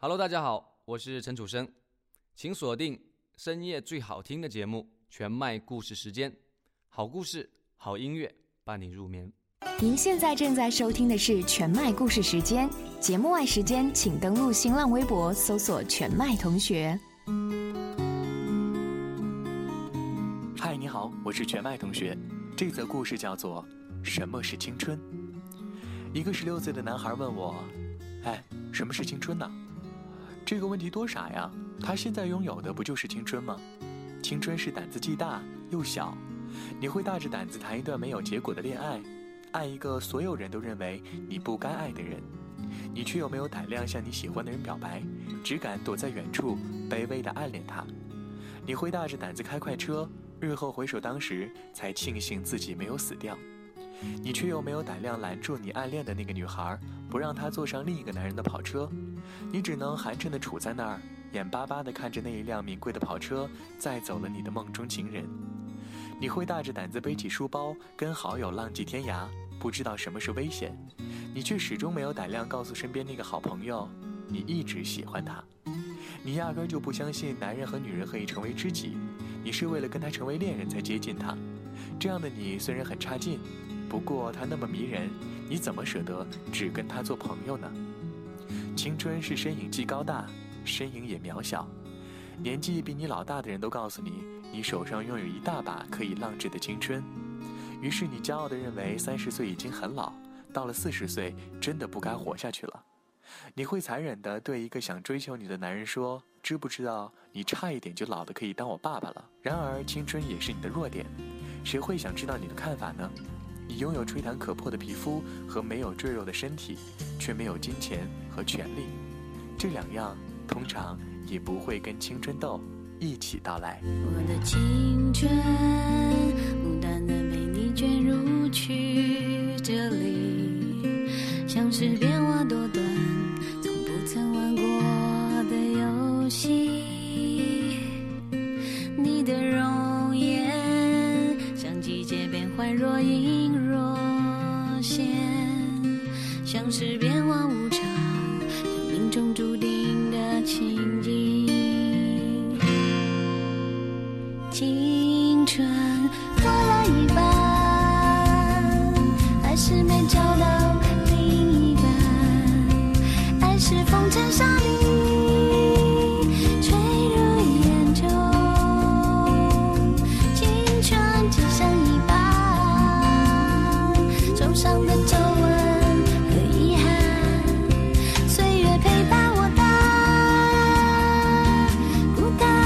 Hello， 大家好，我是陈楚生，请锁定深夜最好听的节目《全麦故事时间》，好故事、好音乐伴你入眠。 您现在正在收听的是全麦故事时间，节目外时间请登录新浪微博搜索全麦同学。 嗨，你好，我是全麦同学。这则故事叫做什么是青春。一个16岁的男孩问我，什么是青春呢？这个问题多傻呀，他现在拥有的不就是青春吗？青春是胆子既大又小，你会大着胆子谈一段没有结果的恋爱，爱一个所有人都认为你不该爱的人，你却又没有胆量向你喜欢的人表白，只敢躲在远处卑微地暗恋他。你会大着胆子开快车，日后回首当时才庆幸自己没有死掉，你却又没有胆量拦住你暗恋的那个女孩，不让她坐上另一个男人的跑车，你只能寒碜地处在那儿，眼巴巴地看着那一辆名贵的跑车载走了你的梦中情人。你会大着胆子背起书包跟好友浪迹天涯，不知道什么是危险，你却始终没有胆量告诉身边那个好朋友你一直喜欢他。你压根就不相信男人和女人可以成为知己，你是为了跟他成为恋人才接近他。这样的你虽然很差劲，不过他那么迷人，你怎么舍得只跟他做朋友呢？青春是身影既高大，身影也渺小。年纪比你老大的人都告诉你，你手上拥有一大把可以浪掷的青春。于是你骄傲地认为30岁已经很老，到了40岁真的不该活下去了。你会残忍地对一个想追求你的男人说，知不知道你差一点就老得可以当我爸爸了。然而青春也是你的弱点，谁会想知道你的看法呢？你拥有吹弹可破的皮肤和没有赘肉的身体，却没有金钱和权利，这两样通常也不会跟青春痘一起到来。 我的青春孤单的被你卷入曲折里，像是变化多端从不曾玩过的游戏。你的容颜像季节变换若隐若现，像是变幻无常有命中注定的情景。青春过了一半，还是没找到另一半，爱是风尘沙砾吹入眼中，青春只剩一半，手上的皱纹和遗憾，岁月陪伴我的孤单。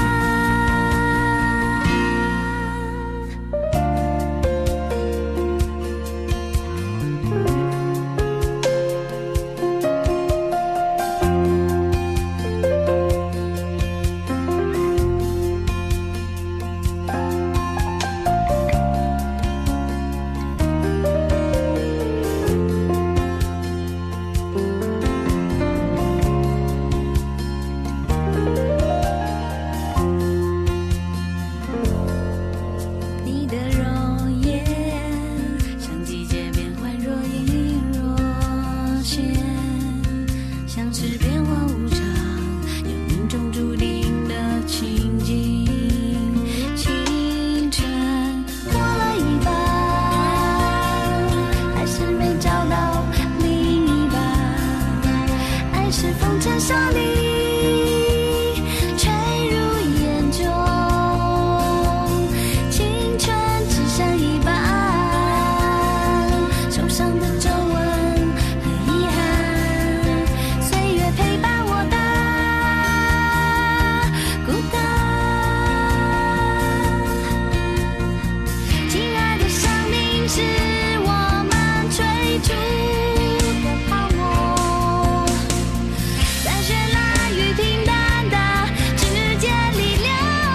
你的容颜像季节变换若隐若现，像是变幻无常有命中注定的情景。青春过了一半，还是没找到另一半，爱是风尘沙砾吹入眼中，青春只剩一半，手上的皱纹和遗憾，岁月陪伴我的孤单。亲爱的，生命是我们追逐的泡沫，在绚烂与平淡的之间里流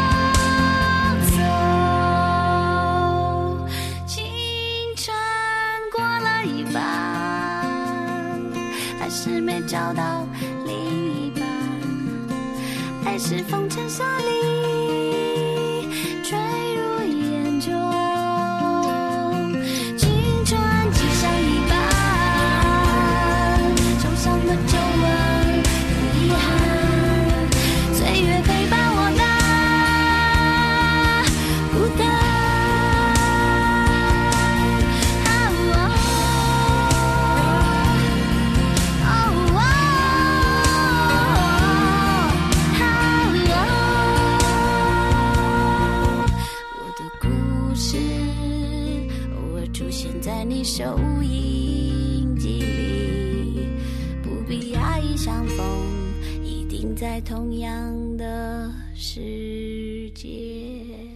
走。青春过了一半，还是没找到另一半，爱是风尘沙砾吹入眼中，青春只剩一半，手上的皱纹和遗憾， 收音机里，不必压抑相逢，一定在同样的世界。